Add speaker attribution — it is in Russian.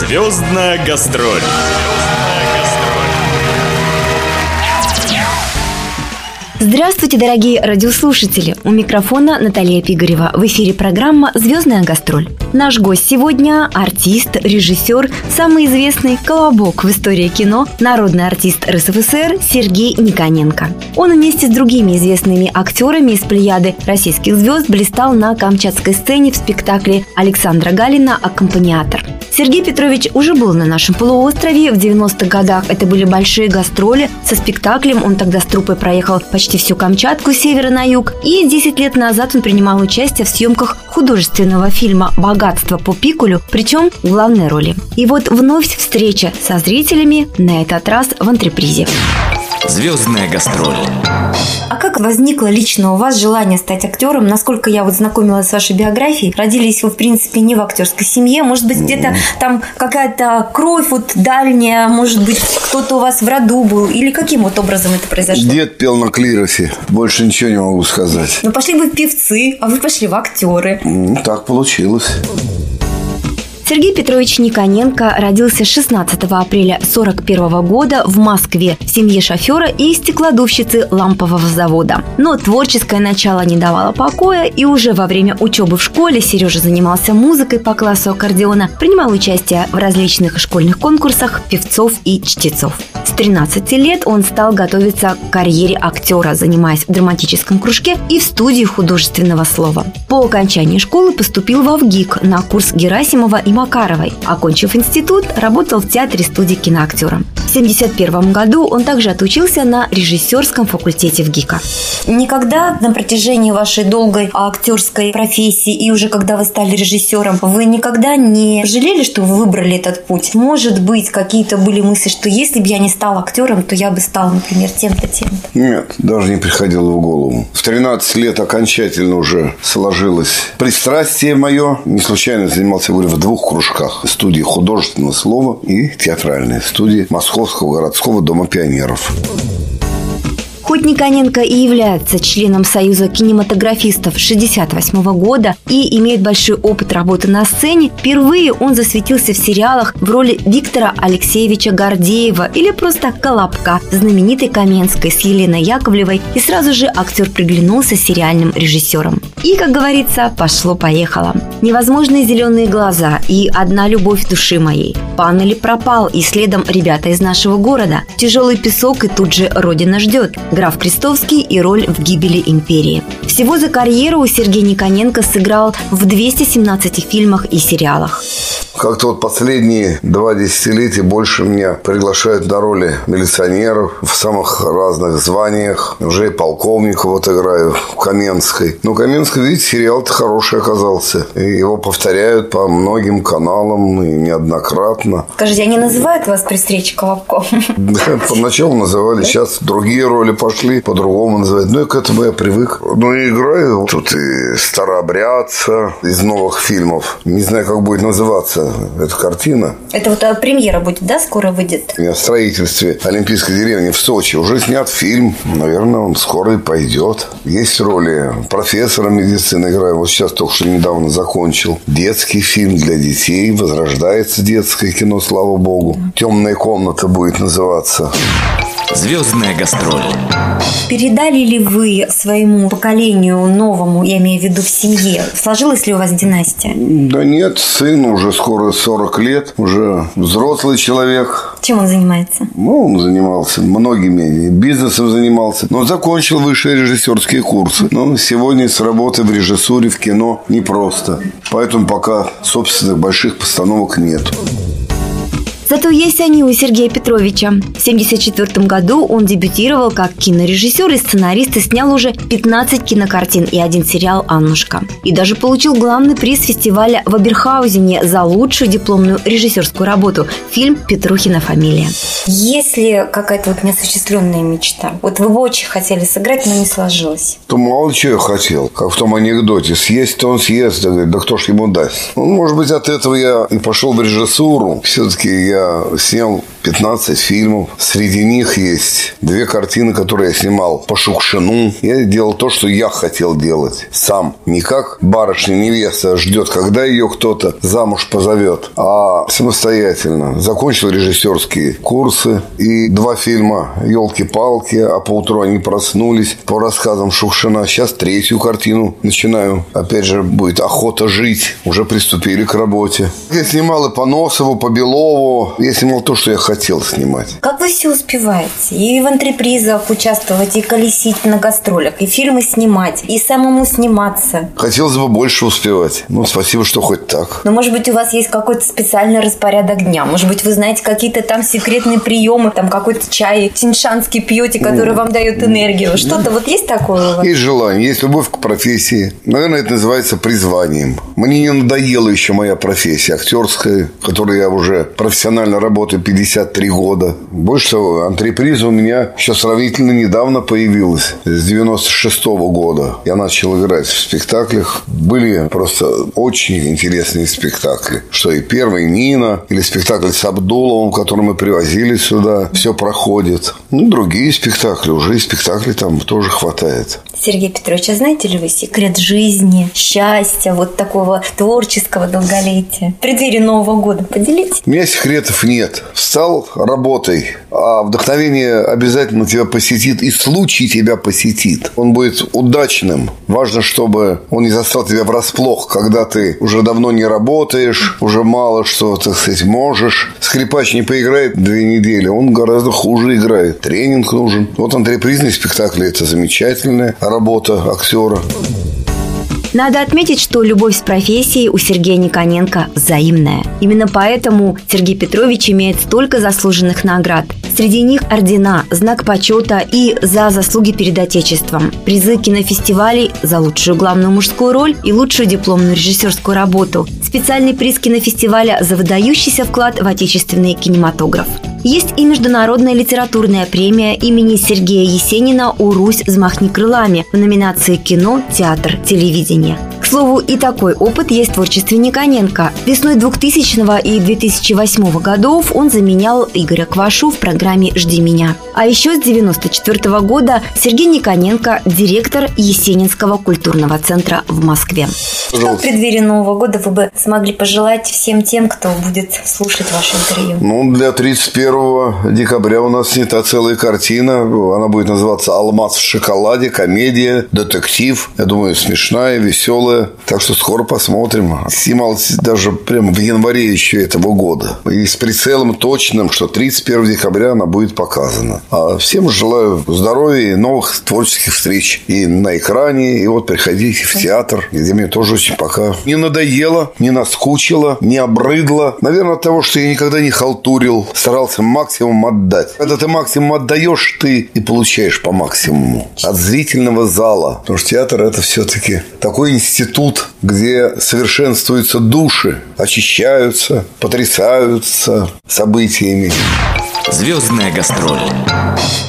Speaker 1: Звездная гастроль.
Speaker 2: Здравствуйте, дорогие радиослушатели! У микрофона Наталья Пигарева. В эфире программа «Звездная гастроль». Наш гость сегодня – артист, режиссер, самый известный колобок в истории кино, народный артист РСФСР Сергей Никоненко. Он вместе с другими известными актерами из плеяды российских звезд блистал на камчатской сцене в спектакле Александра Галина «Аккомпаниатор». Сергей Петрович уже был на нашем полуострове в 90-х годах. Это были большие гастроли. Со спектаклем он тогда с труппой проехал почти всю Камчатку с севера на юг. И 10 лет назад он принимал участие в съемках художественного фильма «Богатство по Пикулю», причем в главной роли. И вот вновь встреча со зрителями, на этот раз в антрепризе.
Speaker 1: Звездная гастроль.
Speaker 2: А как возникло лично у вас желание стать актером? Насколько я знакомилась с вашей биографией, родились вы, в принципе, не в актерской семье. Может быть, где-то там какая-то кровь дальняя, может быть, кто-то у вас в роду был. Или каким образом это произошло?
Speaker 3: Дед пел на клиросе. Больше ничего не могу сказать.
Speaker 2: Ну, пошли вы в певцы, а вы пошли в актеры.
Speaker 3: Так получилось.
Speaker 2: Сергей Петрович Никоненко родился 16 апреля 1941 года в Москве в семье шофера и стеклодувщицы лампового завода. Но творческое начало не давало покоя, и уже во время учебы в школе Сережа занимался музыкой по классу аккордеона, принимал участие в различных школьных конкурсах певцов и чтецов. С 13 лет он стал готовиться к карьере актера, занимаясь в драматическом кружке и в студии художественного слова. По окончании школы поступил в ВГИК на курс Герасимова и Макаровой. Окончив институт, работал в театре-студии киноактера. В 1971 году он также отучился на режиссерском факультете ВГИКа. Никогда на протяжении вашей долгой актерской профессии и уже когда вы стали режиссером, вы никогда не жалели, что вы выбрали этот путь? Может быть, какие-то были мысли, что если бы я не стал актером, то я бы стал, например, тем-то, тем-то?
Speaker 3: Нет, даже не приходило в голову. В 13 лет окончательно уже сложилось пристрастие мое. Не случайно занимался, говорю, в двух кружках. Студии художественного слова и театральной студии Московского городского дома пионеров.
Speaker 2: Хоть Никоненко и является членом Союза кинематографистов 1968 года и имеет большой опыт работы на сцене, впервые он засветился в сериалах в роли Виктора Алексеевича Гордеева или просто Колобка в знаменитой Каменской с Еленой Яковлевой, и сразу же актер приглянулся сериальным режиссером. И, как говорится, пошло-поехало. «Невозможные зеленые глаза» и «Одна любовь души моей», «Пан или пропал» и следом «Ребята из нашего города», «Тяжелый песок» и тут же «Родина ждет», «Граф Крестовский» и роль в «Гибели империи». Всего за карьеру Сергей Никоненко сыграл в 217 фильмах и сериалах.
Speaker 3: Как-то последние 2 десятилетия больше меня приглашают на роли милиционеров в самых разных званиях. Уже и полковника играю в Каменской. Но Каменский, видите, сериал-то хороший оказался. И его повторяют по многим каналам и неоднократно.
Speaker 2: Скажите, они называют вас при встрече Колобком?
Speaker 3: Да, поначалу называли, сейчас другие роли пошли, по-другому называют. Ну, и к этому я привык. Ну, и играю тут и старообрядца из новых фильмов. Не знаю, как будет называться эта картина.
Speaker 2: Это премьера будет, да, скоро выйдет?
Speaker 3: О строительстве Олимпийской деревни в Сочи уже снят фильм. Наверное, он скоро и пойдет. Есть роли профессора медицины играю. Вот сейчас только что недавно закончил. Детский фильм для детей. Возрождается детское кино, слава богу. «Темная комната» будет называться.
Speaker 1: Звездная гастроль.
Speaker 2: Передали ли вы своему поколению новому, я имею в виду в семье, сложилась ли у вас династия?
Speaker 3: Да нет, сын уже скоро 40 лет, уже взрослый человек.
Speaker 2: Чем он занимается?
Speaker 3: Ну, он занимался многими, бизнесом занимался, но закончил высшие режиссерские курсы. Но сегодня с работы в режиссуре в кино непросто, поэтому пока собственных больших постановок нет.
Speaker 2: Зато есть они у Сергея Петровича. В 1974 году он дебютировал как кинорежиссер и сценарист и снял уже 15 кинокартин и 1 сериал «Аннушка». И даже получил главный приз фестиваля в Оберхаузене за лучшую дипломную режиссерскую работу – фильм «Петрухина фамилия». Есть ли какая-то неосуществленная мечта? Вы бы очень хотели сыграть, но не сложилось.
Speaker 3: То мало чего я хотел. Как в том анекдоте. Съесть-то он съест, да кто ж ему даст? Ну, может быть, от этого я и пошел в режиссуру. Все-таки я снял 15 фильмов. Среди них есть 2 картины, которые я снимал по Шукшину. Я делал то, что я хотел делать сам. Не как барышня-невеста ждет, когда ее кто-то замуж позовет, а самостоятельно. Закончил режиссерские курсы. И 2 фильма «Елки-палки», а поутру они проснулись, по рассказам Шукшина. Сейчас 3-ю картину начинаю. Опять же, будет «Охота жить». Уже приступили к работе. Я снимал и по Носову, по Белову. Я снимал то, что я хотел снимать.
Speaker 2: Как вы все успеваете? И в антрепризах участвовать, и колесить на гастролях, и фильмы снимать, и самому сниматься.
Speaker 3: Хотелось бы больше успевать. Ну, спасибо, что хоть так.
Speaker 2: Но, может быть, у вас есть какой-то специальный распорядок дня? Может быть, вы знаете какие-то там секретные приемы, там какой-то чай тиньшанский пьете, который вам дает энергию? Что-то вот есть такое у вас?
Speaker 3: Есть желание, есть любовь к профессии. Наверное, это называется призванием. Мне не надоела еще моя профессия актерская, в которой я уже профессионально работаю 53 года. Больше того, антреприза у меня еще сравнительно недавно появилась. С 96-го года я начал играть в спектаклях. Были просто очень интересные спектакли. Что и «Первый Нина», или спектакль с Абдуловым, который мы привозили сюда. Все проходит. Ну, другие спектакли. Уже и спектаклей там тоже хватает.
Speaker 2: Сергей Петрович, а знаете ли вы секрет жизни, счастья, вот такого творческого долголетия? В преддверии Нового года поделитесь.
Speaker 3: У меня секретов нет. Встал, работай. А вдохновение обязательно тебя посетит, и случай тебя посетит. Он будет удачным. Важно, чтобы он не застал тебя врасплох, когда ты уже давно не работаешь, уже мало что, так сказать, можешь. Скрипач не поиграет 2 недели, он гораздо хуже играет. Тренинг нужен. Вот антрепризные спектакли – это замечательная работа актера.
Speaker 2: Надо отметить, что любовь с профессией у Сергея Никоненко взаимная. Именно поэтому Сергей Петрович имеет столько заслуженных наград. Среди них ордена, знак почета и за заслуги перед Отечеством, призы кинофестивалей за лучшую главную мужскую роль и лучшую дипломную режиссерскую работу, специальный приз кинофестиваля за выдающийся вклад в отечественный кинематограф. Есть и международная литературная премия имени Сергея Есенина «Урусь, взмахни крылами» в номинации «Кино, театр, телевидение». К слову, и такой опыт есть в творчестве Никоненко. Весной 2000 и 2008 годов он заменял Игоря Квашу в программе «Жди меня». А еще с 1994 года Сергей Никоненко – директор Есенинского культурного центра в Москве. Что в преддверии Нового года вы бы смогли пожелать всем тем, кто будет слушать ваше интервью?
Speaker 3: Ну, для 31 декабря у нас снята целая картина. Она будет называться «Алмаз в шоколаде», комедия, детектив. Я думаю, смешная, веселая. Так что скоро посмотрим. Снималась даже прямо в январе еще этого года. И с прицелом точным, что 31 декабря она будет показана. А всем желаю здоровья и новых творческих встреч. И на экране, и вот приходите в театр, где мне тоже очень пока не надоело, не наскучило, не обрыдло. Наверное, от того, что я никогда не халтурил, старался максимум отдать. Когда ты максимум отдаешь, ты и получаешь по максимуму. От зрительного зала. Потому что театр – это все-таки такой институт, где совершенствуются души, очищаются, потрясаются событиями.
Speaker 1: Звездная гастроль.